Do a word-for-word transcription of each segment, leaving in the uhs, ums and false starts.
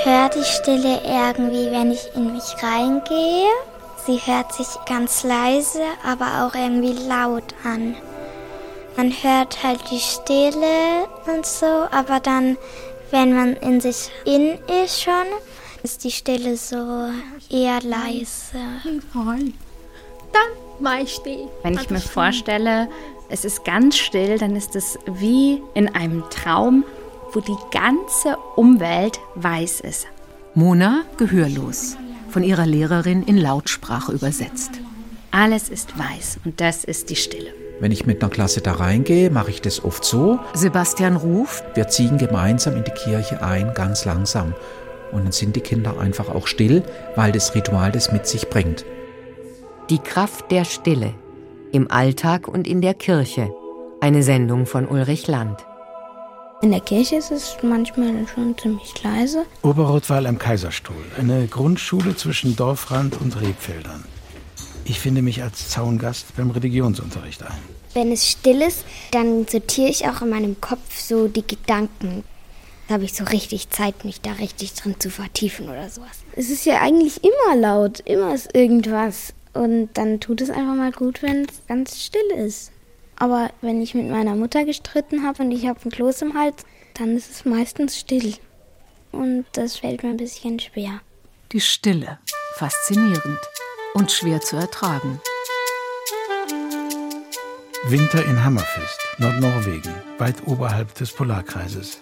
höre die Stille irgendwie, wenn ich in mich reingehe. Sie hört sich ganz leise, aber auch irgendwie laut an. Man hört halt die Stille und so, aber dann, wenn man in sich in ist schon, ist die Stille so eher leise. Wenn ich mir vorstelle, es ist ganz still, dann ist es wie in einem Traum, wo die ganze Umwelt weiß ist. Mona, gehörlos, von ihrer Lehrerin in Lautsprache übersetzt. Alles ist weiß und das ist die Stille. Wenn ich mit einer Klasse da reingehe, mache ich das oft so. Sebastian ruft. Wir ziehen gemeinsam in die Kirche ein, ganz langsam. Und dann sind die Kinder einfach auch still, weil das Ritual das mit sich bringt. Die Kraft der Stille. Im Alltag und in der Kirche. Eine Sendung von Ulrich Land. In der Kirche ist es manchmal schon ziemlich leise. Oberrothweil am Kaiserstuhl. Eine Grundschule zwischen Dorfrand und Rebfeldern. Ich finde mich als Zaungast beim Religionsunterricht ein. Wenn es still ist, dann sortiere ich auch in meinem Kopf so die Gedanken. Da habe ich so richtig Zeit, mich da richtig drin zu vertiefen oder sowas. Es ist ja eigentlich immer laut, immer ist irgendwas. Und dann tut es einfach mal gut, wenn es ganz still ist. Aber wenn ich mit meiner Mutter gestritten habe und ich habe einen Kloß im Hals, dann ist es meistens still. Und das fällt mir ein bisschen schwer. Die Stille, faszinierend und schwer zu ertragen. Winter in Hammerfest, Nordnorwegen, weit oberhalb des Polarkreises.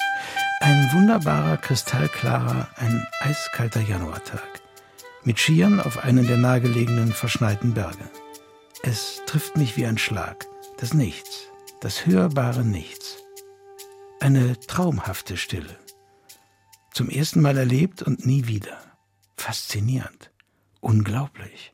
Ein wunderbarer, kristallklarer, ein eiskalter Januartag. Mit Skiern auf einen der nahegelegenen verschneiten Berge. Es trifft mich wie ein Schlag. Das Nichts, das hörbare Nichts. Eine traumhafte Stille. Zum ersten Mal erlebt und nie wieder. Faszinierend. Unglaublich.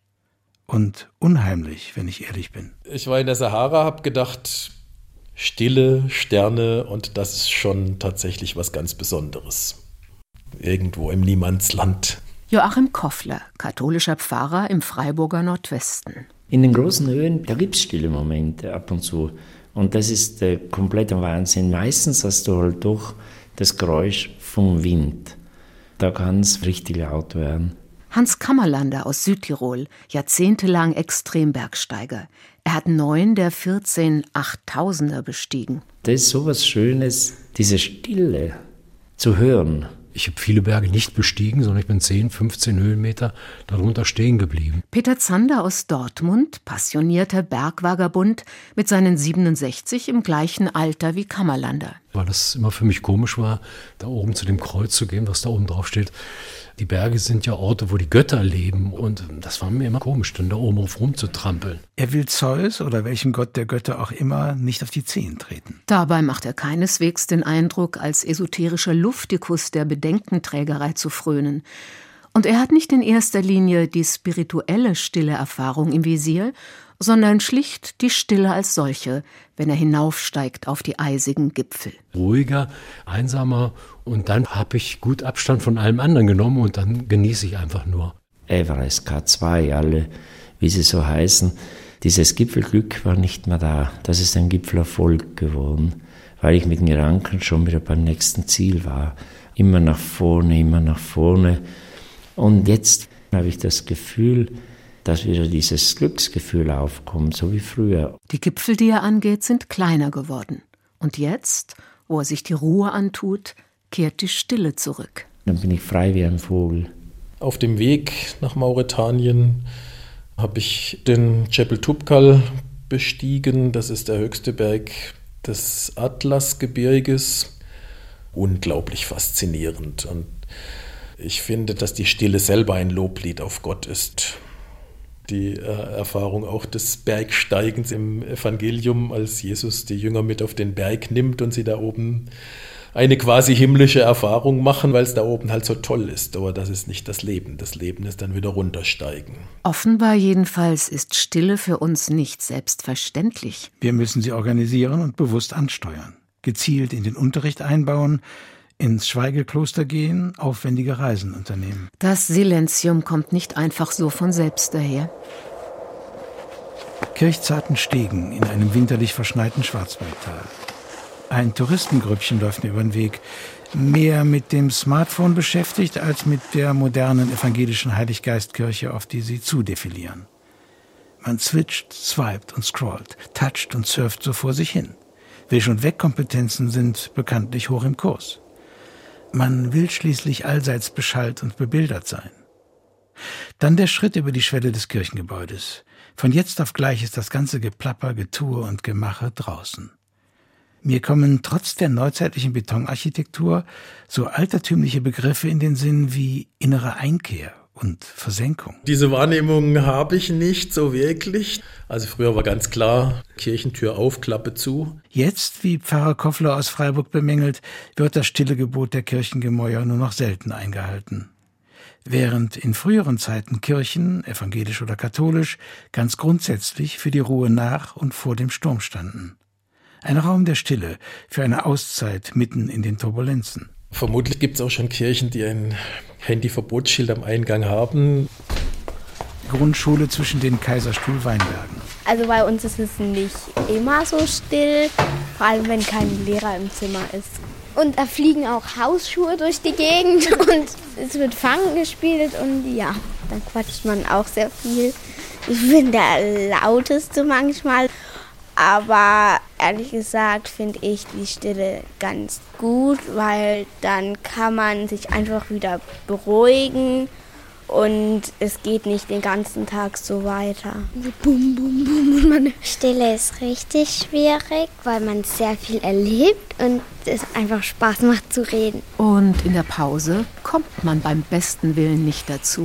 Und unheimlich, wenn ich ehrlich bin. Ich war in der Sahara, habe gedacht, Stille, Sterne und das ist schon tatsächlich was ganz Besonderes. Irgendwo im Niemandsland. Joachim Koffler, katholischer Pfarrer im Freiburger Nordwesten. In den großen Höhen, da gibt es stille Momente ab und zu. Und das ist der komplette Wahnsinn. Meistens hast du halt doch das Geräusch vom Wind. Da kann es richtig laut werden. Hans Kammerlander aus Südtirol, jahrzehntelang Extrembergsteiger. Er hat neun der vierzehn Achttausender bestiegen. Das ist so was Schönes, diese Stille zu hören. Ich habe viele Berge nicht bestiegen, sondern ich bin zehn, fünfzehn Höhenmeter darunter stehen geblieben. Peter Zander aus Dortmund, passionierter Bergvagabund, mit seinen siebenundsechzig im gleichen Alter wie Kammerlander. Weil das immer für mich komisch war, da oben zu dem Kreuz zu gehen, was da oben drauf steht. Die Berge sind ja Orte, wo die Götter leben und das war mir immer komisch, dann da oben auf rumzutrampeln. Er will Zeus oder welchem Gott der Götter auch immer nicht auf die Zehen treten. Dabei macht er keineswegs den Eindruck, als esoterischer Luftikus der Bedenkenträgerei zu frönen. Und er hat nicht in erster Linie die spirituelle stille Erfahrung im Visier, sondern schlicht die Stille als solche, wenn er hinaufsteigt auf die eisigen Gipfel. Ruhiger, einsamer und dann habe ich gut Abstand von allem anderen genommen und dann genieße ich einfach nur. Everest, K zwei, alle, wie sie so heißen. Dieses Gipfelglück war nicht mehr da. Das ist ein Gipfelerfolg geworden, weil ich mit den Gedanken schon wieder beim nächsten Ziel war. Immer nach vorne, immer nach vorne. Und jetzt habe ich das Gefühl, dass wieder dieses Glücksgefühl aufkommt, so wie früher. Die Gipfel, die er angeht, sind kleiner geworden. Und jetzt, wo er sich die Ruhe antut, kehrt die Stille zurück. Dann bin ich frei wie ein Vogel. Auf dem Weg nach Mauretanien habe ich den Djebel Toubkal bestiegen. Das ist der höchste Berg des Atlasgebirges. Unglaublich faszinierend. Und ich finde, dass die Stille selber ein Loblied auf Gott ist. Die äh, Erfahrung auch des Bergsteigens im Evangelium, als Jesus die Jünger mit auf den Berg nimmt und sie da oben eine quasi himmlische Erfahrung machen, weil es da oben halt so toll ist. Aber das ist nicht das Leben. Das Leben ist dann wieder runtersteigen. Offenbar jedenfalls ist Stille für uns nicht selbstverständlich. Wir müssen sie organisieren und bewusst ansteuern. Gezielt in den Unterricht einbauen, ins Schweigekloster gehen, aufwendige Reisen unternehmen. Das Silentium kommt nicht einfach so von selbst daher. Kirchzarten Stegen in einem winterlich verschneiten Schwarzwaldtal. Ein Touristengrüppchen läuft mir über den Weg, mehr mit dem Smartphone beschäftigt als mit der modernen evangelischen Heiliggeistkirche, auf die sie zudefilieren. Man switcht, swiped und scrollt, toucht und surft so vor sich hin. Wisch- und Wegkompetenzen sind bekanntlich hoch im Kurs. Man will schließlich allseits beschallt und bebildert sein. Dann der Schritt über die Schwelle des Kirchengebäudes. Von jetzt auf gleich ist das ganze Geplapper, Getue und Gemache draußen. Mir kommen trotz der neuzeitlichen Betonarchitektur so altertümliche Begriffe in den Sinn wie innere Einkehr und Versenkung. Diese Wahrnehmung habe ich nicht so wirklich. Also früher war ganz klar, Kirchentür auf, Klappe zu. Jetzt, wie Pfarrer Koffler aus Freiburg bemängelt, wird das stille Gebot der Kirchengemäuer nur noch selten eingehalten. Während in früheren Zeiten Kirchen, evangelisch oder katholisch, ganz grundsätzlich für die Ruhe nach und vor dem Sturm standen. Ein Raum der Stille für eine Auszeit mitten in den Turbulenzen. Vermutlich gibt es auch schon Kirchen, die ein Handyverbotsschild am Eingang haben. Grundschule zwischen den Kaiserstuhl-Weinbergen. Also bei uns ist es nicht immer so still, vor allem wenn kein Lehrer im Zimmer ist. Und da fliegen auch Hausschuhe durch die Gegend und es wird Fangen gespielt und ja, dann quatscht man auch sehr viel. Ich bin der Lauteste manchmal, aber ehrlich gesagt finde ich die Stille ganz gut, weil dann kann man sich einfach wieder beruhigen und es geht nicht den ganzen Tag so weiter. Bum, bum, bum. Stille ist richtig schwierig, weil man sehr viel erlebt und es einfach Spaß macht zu reden. Und in der Pause kommt man beim besten Willen nicht dazu.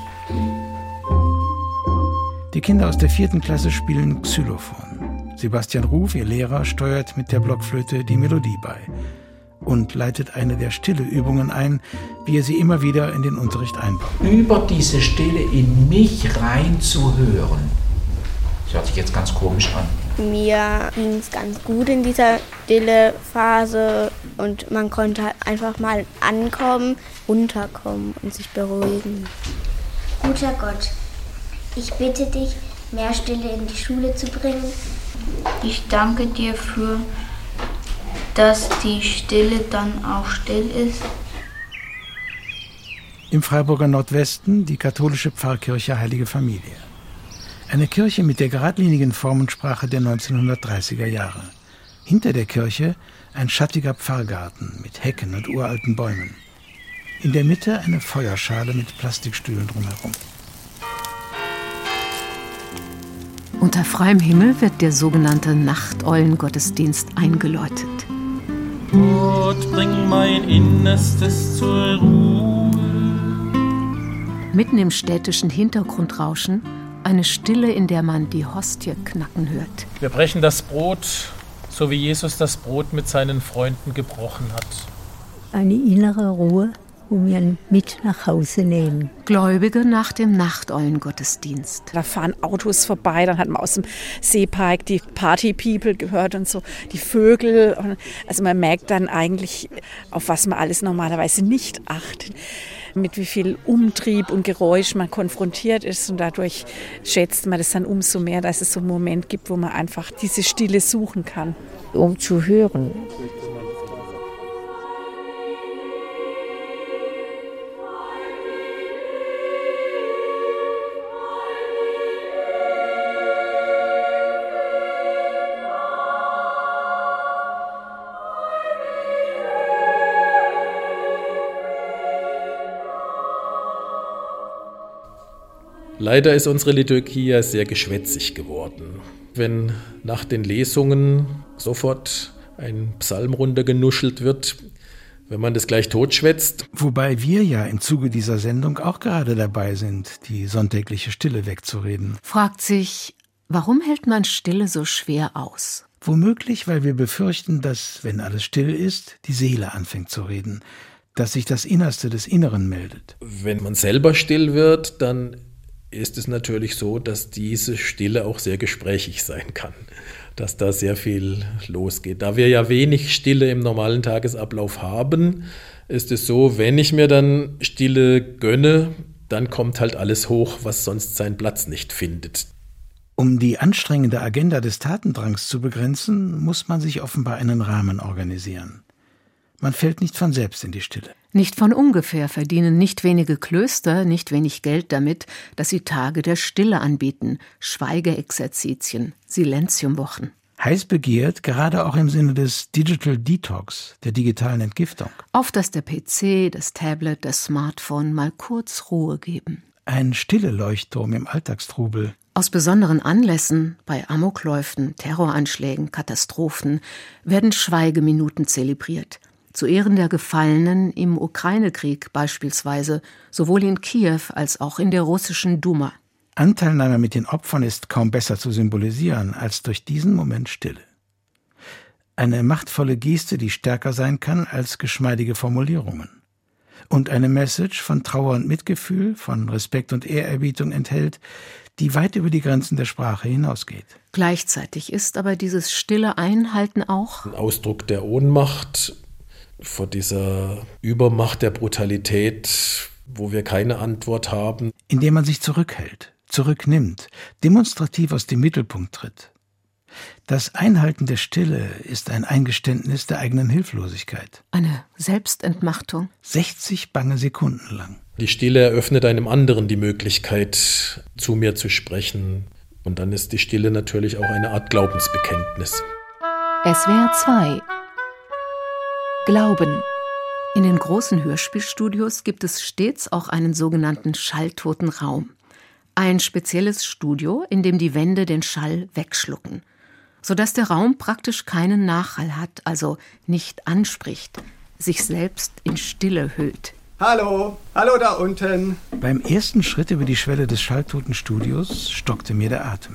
Die Kinder aus der vierten Klasse spielen Xylophon. Sebastian Ruf, ihr Lehrer, steuert mit der Blockflöte die Melodie bei und leitet eine der Stille-Übungen ein, wie er sie immer wieder in den Unterricht einbaut. Über diese Stille in mich rein zu hören. Das hört sich jetzt ganz komisch an. Mir ging es ganz gut in dieser Stille-Phase und man konnte einfach mal ankommen, runterkommen und sich beruhigen. Guter Gott, ich bitte dich, mehr Stille in die Schule zu bringen. Ich danke dir für, dass die Stille dann auch still ist. Im Freiburger Nordwesten die katholische Pfarrkirche Heilige Familie. Eine Kirche mit der geradlinigen Formensprache der neunzehnhundertdreißiger Jahre. Hinter der Kirche ein schattiger Pfarrgarten mit Hecken und uralten Bäumen. In der Mitte eine Feuerschale mit Plastikstühlen drumherum. Unter freiem Himmel wird der sogenannte Nachteulengottesdienst eingeläutet. Gott, bring mein Innerstes zur Ruhe. Mitten im städtischen Hintergrundrauschen eine Stille, in der man die Hostie knacken hört. Wir brechen das Brot, so wie Jesus das Brot mit seinen Freunden gebrochen hat. Eine innere Ruhe, wo wir mit nach Hause nehmen. Gläubige nach dem Nachteulengottesdienst. Da fahren Autos vorbei, dann hat man aus dem Seepark die Party-People gehört und so, die Vögel. Also man merkt dann eigentlich, auf was man alles normalerweise nicht achtet, mit wie viel Umtrieb und Geräusch man konfrontiert ist und dadurch schätzt man das dann umso mehr, dass es so einen Moment gibt, wo man einfach diese Stille suchen kann. Um zu hören. Leider ist unsere Liturgie ja sehr geschwätzig geworden. Wenn nach den Lesungen sofort ein Psalm runtergenuschelt wird, wenn man das gleich totschwätzt. Wobei wir ja im Zuge dieser Sendung auch gerade dabei sind, die sonntägliche Stille wegzureden. Fragt sich, warum hält man Stille so schwer aus? Womöglich, weil wir befürchten, dass, wenn alles still ist, die Seele anfängt zu reden, dass sich das Innerste des Inneren meldet. Wenn man selber still wird, dann ist es natürlich so, dass diese Stille auch sehr gesprächig sein kann, dass da sehr viel losgeht. Da wir ja wenig Stille im normalen Tagesablauf haben, ist es so, wenn ich mir dann Stille gönne, dann kommt halt alles hoch, was sonst seinen Platz nicht findet. Um die anstrengende Agenda des Tatendrangs zu begrenzen, muss man sich offenbar einen Rahmen organisieren. Man fällt nicht von selbst in die Stille. Nicht von ungefähr verdienen nicht wenige Klöster nicht wenig Geld damit, dass sie Tage der Stille anbieten, Schweigeexerzitien, Silentiumwochen. Heiß begehrt, gerade auch im Sinne des Digital Detox, der digitalen Entgiftung. Auf dass der P C, das Tablet, das Smartphone mal kurz Ruhe geben. Ein Stille-Leuchtturm im Alltagstrubel. Aus besonderen Anlässen, bei Amokläufen, Terroranschlägen, Katastrophen, werden Schweigeminuten zelebriert. Zu Ehren der Gefallenen im Ukraine-Krieg beispielsweise, sowohl in Kiew als auch in der russischen Duma. Anteilnahme mit den Opfern ist kaum besser zu symbolisieren als durch diesen Moment Stille. Eine machtvolle Geste, die stärker sein kann als geschmeidige Formulierungen. Und eine Message von Trauer und Mitgefühl, von Respekt und Ehrerbietung enthält, die weit über die Grenzen der Sprache hinausgeht. Gleichzeitig ist aber dieses stille Einhalten auch ein Ausdruck der Ohnmacht vor dieser Übermacht der Brutalität, wo wir keine Antwort haben. Indem man sich zurückhält, zurücknimmt, demonstrativ aus dem Mittelpunkt tritt. Das Einhalten der Stille ist ein Eingeständnis der eigenen Hilflosigkeit. Eine Selbstentmachtung. sechzig bange Sekunden lang. Die Stille eröffnet einem anderen die Möglichkeit, zu mir zu sprechen. Und dann ist die Stille natürlich auch eine Art Glaubensbekenntnis. S W R zwei Glauben. In den großen Hörspielstudios gibt es stets auch einen sogenannten schalltoten Raum. Ein spezielles Studio, in dem die Wände den Schall wegschlucken, sodass der Raum praktisch keinen Nachhall hat, also nicht anspricht, sich selbst in Stille hüllt. Hallo, hallo da unten. Beim ersten Schritt über die Schwelle des schalltoten Studios stockte mir der Atem.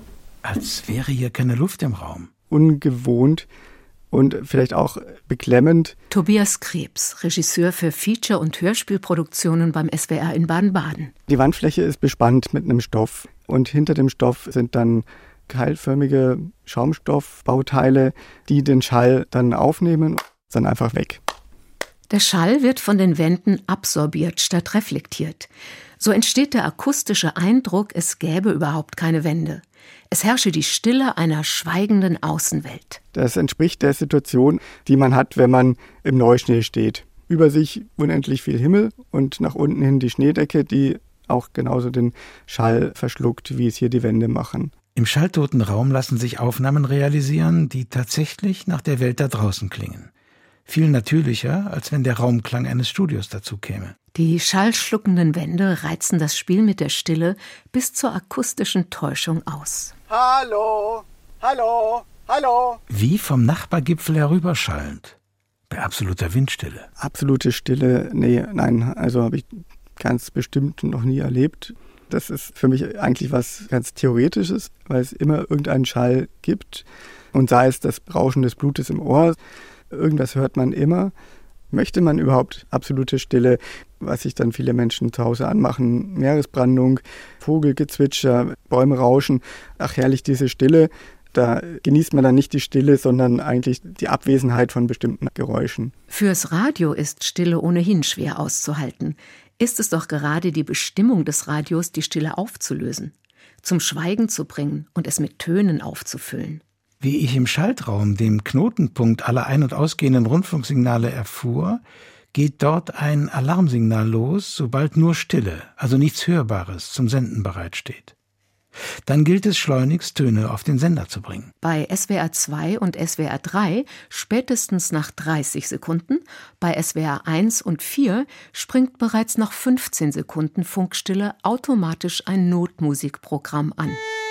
Als wäre hier keine Luft im Raum. Ungewohnt und vielleicht auch beklemmend. Tobias Krebs, Regisseur für Feature- und Hörspielproduktionen beim S W R in Baden-Baden. Die Wandfläche ist bespannt mit einem Stoff und hinter dem Stoff sind dann keilförmige Schaumstoffbauteile, die den Schall dann aufnehmen und dann einfach weg. Der Schall wird von den Wänden absorbiert statt reflektiert. So entsteht der akustische Eindruck, es gäbe überhaupt keine Wände. Es herrsche die Stille einer schweigenden Außenwelt. Das entspricht der Situation, die man hat, wenn man im Neuschnee steht. Über sich unendlich viel Himmel und nach unten hin die Schneedecke, die auch genauso den Schall verschluckt, wie es hier die Wände machen. Im schalltoten Raum lassen sich Aufnahmen realisieren, die tatsächlich nach der Welt da draußen klingen. Viel natürlicher, als wenn der Raumklang eines Studios dazu käme. Die schallschluckenden Wände reizen das Spiel mit der Stille bis zur akustischen Täuschung aus. Hallo, hallo, hallo. Wie vom Nachbargipfel herüberschallend. Bei absoluter Windstille. Absolute Stille, nee, nein, also habe ich ganz bestimmt noch nie erlebt. Das ist für mich eigentlich was ganz Theoretisches, weil es immer irgendeinen Schall gibt. Und sei es das Rauschen des Blutes im Ohr, irgendwas hört man immer. Möchte man überhaupt absolute Stille, was sich dann viele Menschen zu Hause anmachen? Meeresbrandung, Vogelgezwitscher, Bäume rauschen. Ach herrlich, diese Stille. Da genießt man dann nicht die Stille, sondern eigentlich die Abwesenheit von bestimmten Geräuschen. Fürs Radio ist Stille ohnehin schwer auszuhalten. Ist es doch gerade die Bestimmung des Radios, die Stille aufzulösen, zum Schweigen zu bringen und es mit Tönen aufzufüllen. Wie ich im Schaltraum, dem Knotenpunkt aller ein- und ausgehenden Rundfunksignale, erfuhr, geht dort ein Alarmsignal los, sobald nur Stille, also nichts Hörbares, zum Senden bereitsteht. Dann gilt es schleunigst, Töne auf den Sender zu bringen. Bei S W R zwei und S W R drei spätestens nach dreißig Sekunden, bei S W R eins und vier springt bereits nach fünfzehn Sekunden Funkstille automatisch ein Notmusikprogramm an.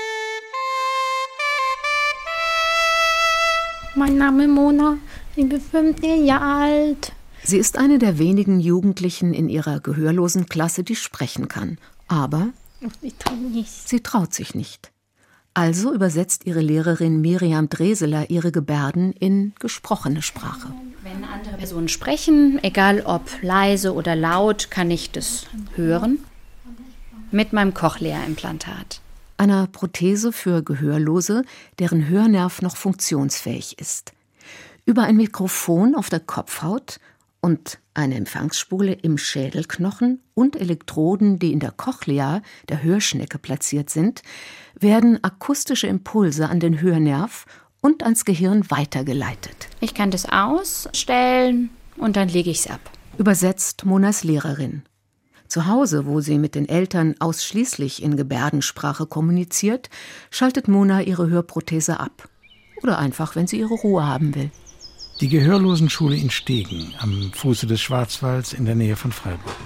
Mein Name ist Mona, ich bin fünfzehn Jahre alt. Sie ist eine der wenigen Jugendlichen in ihrer gehörlosen Klasse, die sprechen kann. Aber ich trau nicht. sie traut sich nicht. Also übersetzt ihre Lehrerin Miriam Dreseler ihre Gebärden in gesprochene Sprache. Wenn andere Personen sprechen, egal ob leise oder laut, kann ich das hören. Mit meinem Cochlea-Implantat. Einer Prothese für Gehörlose, deren Hörnerv noch funktionsfähig ist. Über ein Mikrofon auf der Kopfhaut und eine Empfangsspule im Schädelknochen und Elektroden, die in der Cochlea, der Hörschnecke, platziert sind, werden akustische Impulse an den Hörnerv und ans Gehirn weitergeleitet. Ich kann das ausstellen und dann lege ich es ab. Übersetzt Monas Lehrerin. Zu Hause, wo sie mit den Eltern ausschließlich in Gebärdensprache kommuniziert, schaltet Mona ihre Hörprothese ab. Oder einfach, wenn sie ihre Ruhe haben will. Die Gehörlosenschule in Stegen, am Fuße des Schwarzwalds in der Nähe von Freiburg.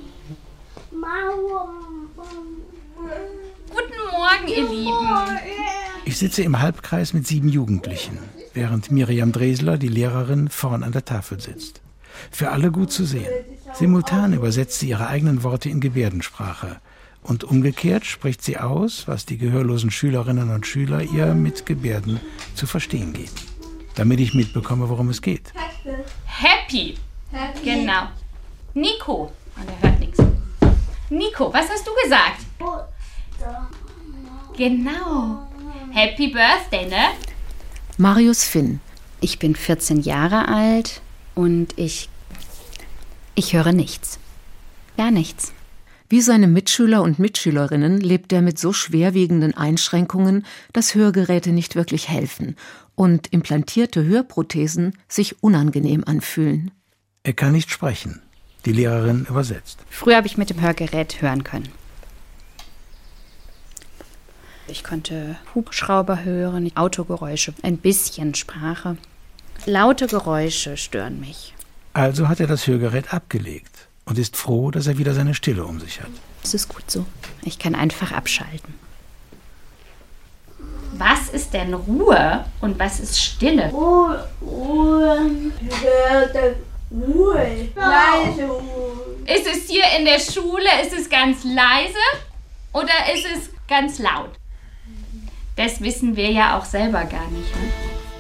Guten Morgen, ihr Lieben. Ich sitze im Halbkreis mit sieben Jugendlichen, während Miriam Dresler, die Lehrerin, vorn an der Tafel sitzt. Für alle gut zu sehen. Simultan übersetzt sie ihre eigenen Worte in Gebärdensprache. Und umgekehrt spricht sie aus, was die gehörlosen Schülerinnen und Schüler ihr mit Gebärden zu verstehen geben. Damit ich mitbekomme, worum es geht. Happy. Happy. Genau. Nico. Oh, der hört nichts. Nico, was hast du gesagt? Genau. Happy Birthday, ne? Marius Finn. Ich bin vierzehn Jahre alt und ich, ich höre nichts. Gar nichts. Wie seine Mitschüler und Mitschülerinnen lebt er mit so schwerwiegenden Einschränkungen, dass Hörgeräte nicht wirklich helfen und implantierte Hörprothesen sich unangenehm anfühlen. Er kann nicht sprechen. Die Lehrerin übersetzt. Früher habe ich mit dem Hörgerät hören können. Ich konnte Hubschrauber hören, Autogeräusche, ein bisschen Sprache. Laute Geräusche stören mich. Also hat er das Hörgerät abgelegt und ist froh, dass er wieder seine Stille um sich hat. Es ist gut so. Ich kann einfach abschalten. Was ist denn Ruhe und was ist Stille? Ruhe, Ruhe, Ruhe, leise. Ist es hier in der Schule, ist es ganz leise oder ist es ganz laut? Das wissen wir ja auch selber gar nicht. Ne?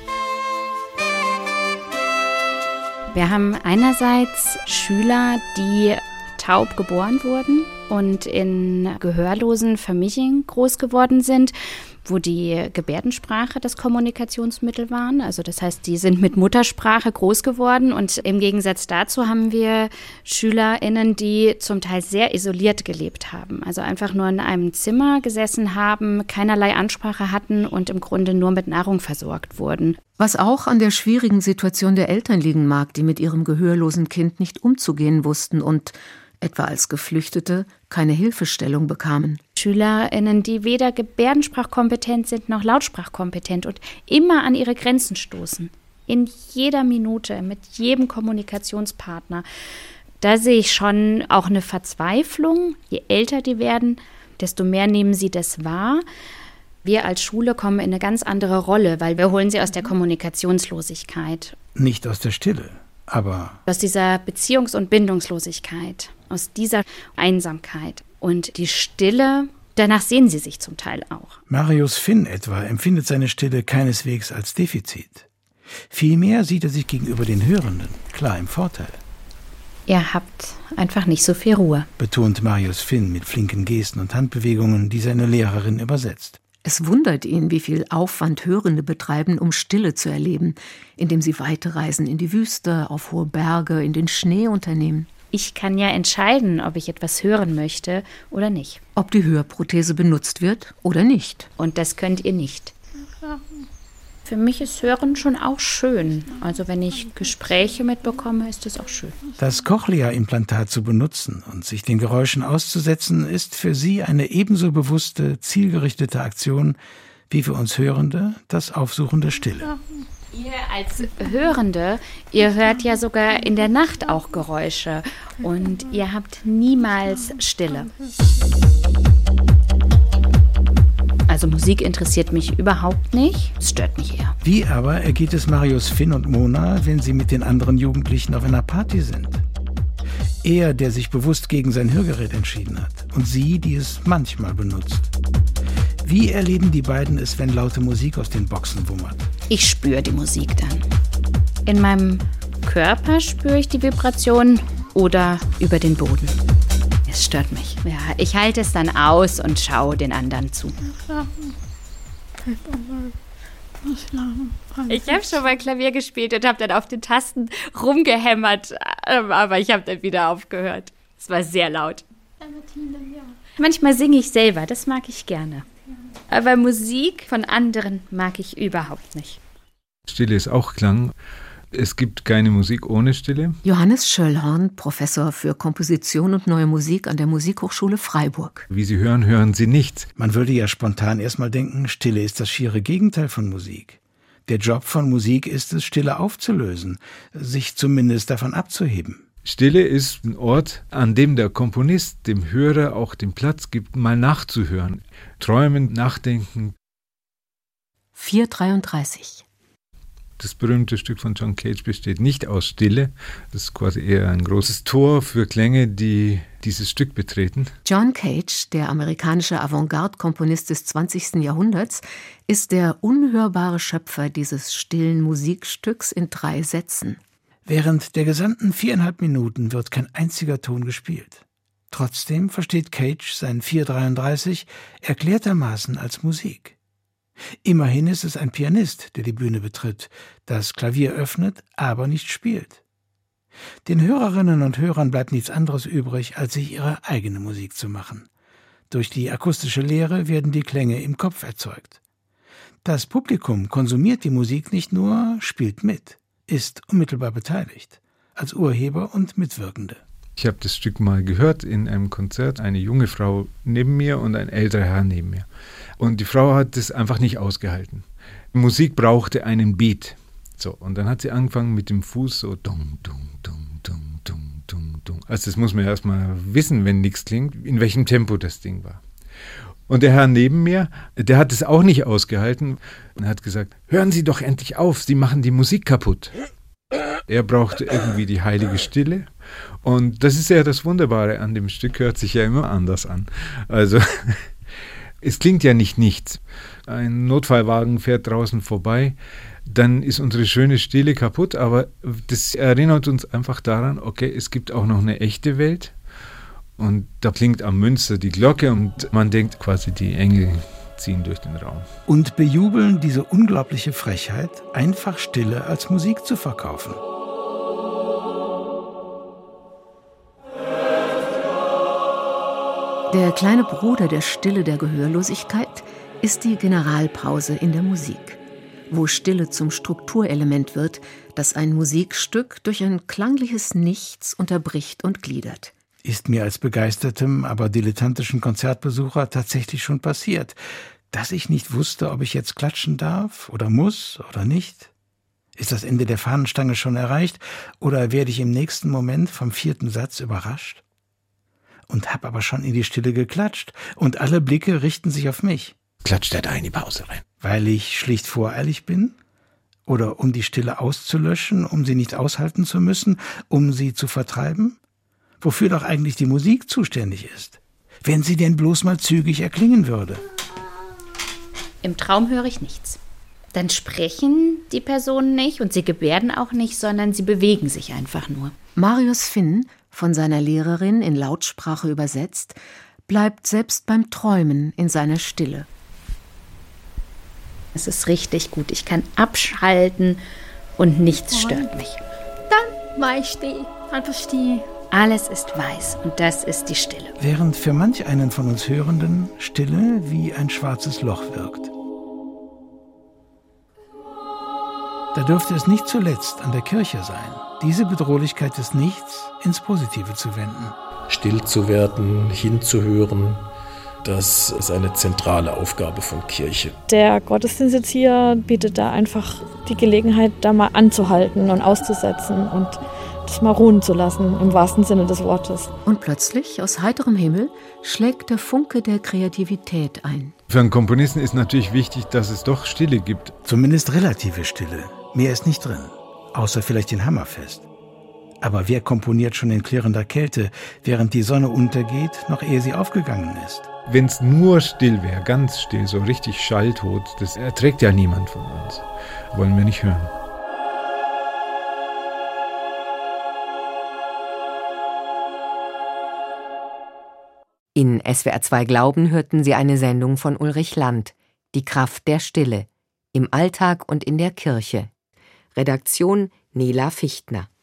Wir haben einerseits Schüler, die taub geboren wurden und in gehörlosen Familien groß geworden sind, wo die Gebärdensprache das Kommunikationsmittel waren. Also das heißt, die sind mit Muttersprache groß geworden und im Gegensatz dazu haben wir SchülerInnen, die zum Teil sehr isoliert gelebt haben. Also einfach nur in einem Zimmer gesessen haben, keinerlei Ansprache hatten und im Grunde nur mit Nahrung versorgt wurden. Was auch an der schwierigen Situation der Eltern liegen mag, die mit ihrem gehörlosen Kind nicht umzugehen wussten und etwa als Geflüchtete keine Hilfestellung bekamen. SchülerInnen, die weder gebärdensprachkompetent sind noch lautsprachkompetent und immer an ihre Grenzen stoßen. In jeder Minute, mit jedem Kommunikationspartner. Da sehe ich schon auch eine Verzweiflung. Je älter die werden, desto mehr nehmen sie das wahr. Wir als Schule kommen in eine ganz andere Rolle, weil wir holen sie aus der Kommunikationslosigkeit. Nicht aus der Stille, aber aus dieser Beziehungs- und Bindungslosigkeit, aus dieser Einsamkeit. Und die Stille, danach sehen sie sich zum Teil auch. Marius Finn etwa empfindet seine Stille keineswegs als Defizit. Vielmehr sieht er sich gegenüber den Hörenden klar im Vorteil. Ihr habt einfach nicht so viel Ruhe, betont Marius Finn mit flinken Gesten und Handbewegungen, die seine Lehrerin übersetzt. Es wundert ihn, wie viel Aufwand Hörende betreiben, um Stille zu erleben, indem sie weite Reisen in die Wüste, auf hohe Berge, in den Schnee unternehmen. Ich kann ja entscheiden, ob ich etwas hören möchte oder nicht. Ob die Hörprothese benutzt wird oder nicht. Und das könnt ihr nicht. Für mich ist Hören schon auch schön. Also wenn ich Gespräche mitbekomme, ist das auch schön. Das Cochlea-Implantat zu benutzen und sich den Geräuschen auszusetzen, ist für sie eine ebenso bewusste, zielgerichtete Aktion wie für uns Hörende das Aufsuchen der Stille. Ihr als Hörende, ihr hört ja sogar in der Nacht auch Geräusche und ihr habt niemals Stille. Also Musik interessiert mich überhaupt nicht, es stört mich eher. Wie aber ergeht es Marius Finn und Mona, wenn sie mit den anderen Jugendlichen auf einer Party sind? Er, der sich bewusst gegen sein Hörgerät entschieden hat, und sie, die es manchmal benutzt. Wie erleben die beiden es, wenn laute Musik aus den Boxen wummert? Ich spüre die Musik dann. In meinem Körper spüre ich die Vibration oder über den Boden. Es stört mich. Ja, ich halte es dann aus und schaue den anderen zu. Ich habe schon mal Klavier gespielt und habe dann auf den Tasten rumgehämmert, aber ich habe dann wieder aufgehört. Es war sehr laut. Manchmal singe ich selber, das mag ich gerne. Aber Musik von anderen mag ich überhaupt nicht. Stille ist auch Klang. Es gibt keine Musik ohne Stille. Johannes Schöllhorn, Professor für Komposition und Neue Musik an der Musikhochschule Freiburg. Wie Sie hören, hören Sie nichts. Man würde ja spontan erstmal denken, Stille ist das schiere Gegenteil von Musik. Der Job von Musik ist es, Stille aufzulösen, sich zumindest davon abzuheben. Stille ist ein Ort, an dem der Komponist dem Hörer auch den Platz gibt, mal nachzuhören. Träumen, nachdenken. vier dreiunddreißig. Das berühmte Stück von John Cage besteht nicht aus Stille. Das ist quasi eher ein großes Tor für Klänge, die dieses Stück betreten. John Cage, der amerikanische Avantgarde-Komponist des zwanzigsten Jahrhunderts, ist der unhörbare Schöpfer dieses stillen Musikstücks in drei Sätzen. Während der gesamten viereinhalb Minuten wird kein einziger Ton gespielt. Trotzdem versteht Cage sein vier dreiunddreißig erklärtermaßen als Musik. Immerhin ist es ein Pianist, der die Bühne betritt, das Klavier öffnet, aber nicht spielt. Den Hörerinnen und Hörern bleibt nichts anderes übrig, als sich ihre eigene Musik zu machen. Durch die akustische Lehre werden die Klänge im Kopf erzeugt. Das Publikum konsumiert die Musik nicht nur, spielt mit, ist unmittelbar beteiligt, als Urheber und Mitwirkende. Ich habe das Stück mal gehört in einem Konzert, eine junge Frau neben mir und ein älterer Herr neben mir. Und die Frau hat das einfach nicht ausgehalten. Musik brauchte einen Beat. So, und dann hat sie angefangen mit dem Fuß so dung, dung, dung, dung, dung, dung, dung. Also das muss man erstmal wissen, wenn nichts klingt, in welchem Tempo das Ding war. Und der Herr neben mir, der hat es auch nicht ausgehalten und hat gesagt, hören Sie doch endlich auf, Sie machen die Musik kaputt. Er brauchte irgendwie die heilige Stille. Und das ist ja das Wunderbare an dem Stück, hört sich ja immer anders an. Also es klingt ja nicht nichts. Ein Notfallwagen fährt draußen vorbei, dann ist unsere schöne Stille kaputt, aber das erinnert uns einfach daran, okay, es gibt auch noch eine echte Welt und da klingt am Münster die Glocke und man denkt quasi, die Engel ziehen durch den Raum. Und bejubeln diese unglaubliche Frechheit, einfach Stille als Musik zu verkaufen. Der kleine Bruder der Stille der Gehörlosigkeit ist die Generalpause in der Musik, wo Stille zum Strukturelement wird, das ein Musikstück durch ein klangliches Nichts unterbricht und gliedert. Ist mir als begeistertem, aber dilettantischen Konzertbesucher tatsächlich schon passiert, dass ich nicht wusste, ob ich jetzt klatschen darf oder muss oder nicht. Ist das Ende der Fahnenstange schon erreicht oder werde ich im nächsten Moment vom vierten Satz überrascht? Und hab aber schon in die Stille geklatscht und alle Blicke richten sich auf mich. Klatscht er da in die Pause rein? Weil ich schlicht voreilig bin? Oder um die Stille auszulöschen, um sie nicht aushalten zu müssen, um sie zu vertreiben? Wofür doch eigentlich die Musik zuständig ist, wenn sie denn bloß mal zügig erklingen würde. Im Traum höre ich nichts. Dann sprechen die Personen nicht und sie gebärden auch nicht, sondern sie bewegen sich einfach nur. Marius Finn, von seiner Lehrerin in Lautsprache übersetzt, bleibt selbst beim Träumen in seiner Stille. Es ist richtig gut. Ich kann abschalten und nichts stört mich. Dann war ich still, einfach still. Alles ist weiß und das ist die Stille. Während für manch einen von uns Hörenden Stille wie ein schwarzes Loch wirkt. Da dürfte es nicht zuletzt an der Kirche sein, diese Bedrohlichkeit des Nichts ins Positive zu wenden. Still zu werden, hinzuhören, das ist eine zentrale Aufgabe von Kirche. Der Gottesdienst jetzt hier bietet da einfach die Gelegenheit, da mal anzuhalten und auszusetzen und das mal ruhen zu lassen, im wahrsten Sinne des Wortes. Und plötzlich, aus heiterem Himmel, schlägt der Funke der Kreativität ein. Für einen Komponisten ist natürlich wichtig, dass es doch Stille gibt. Zumindest relative Stille. Mehr ist nicht drin, außer vielleicht in Hammerfest. Aber wer komponiert schon in klirrender Kälte, während die Sonne untergeht, noch ehe sie aufgegangen ist? Wenn es nur still wäre, ganz still, so richtig schalltot, das erträgt ja niemand von uns. Wollen wir nicht hören. In S W R zwei Glauben hörten Sie eine Sendung von Ulrich Land, Die Kraft der Stille, Im Alltag und in der Kirche. Redaktion Nela Fichtner.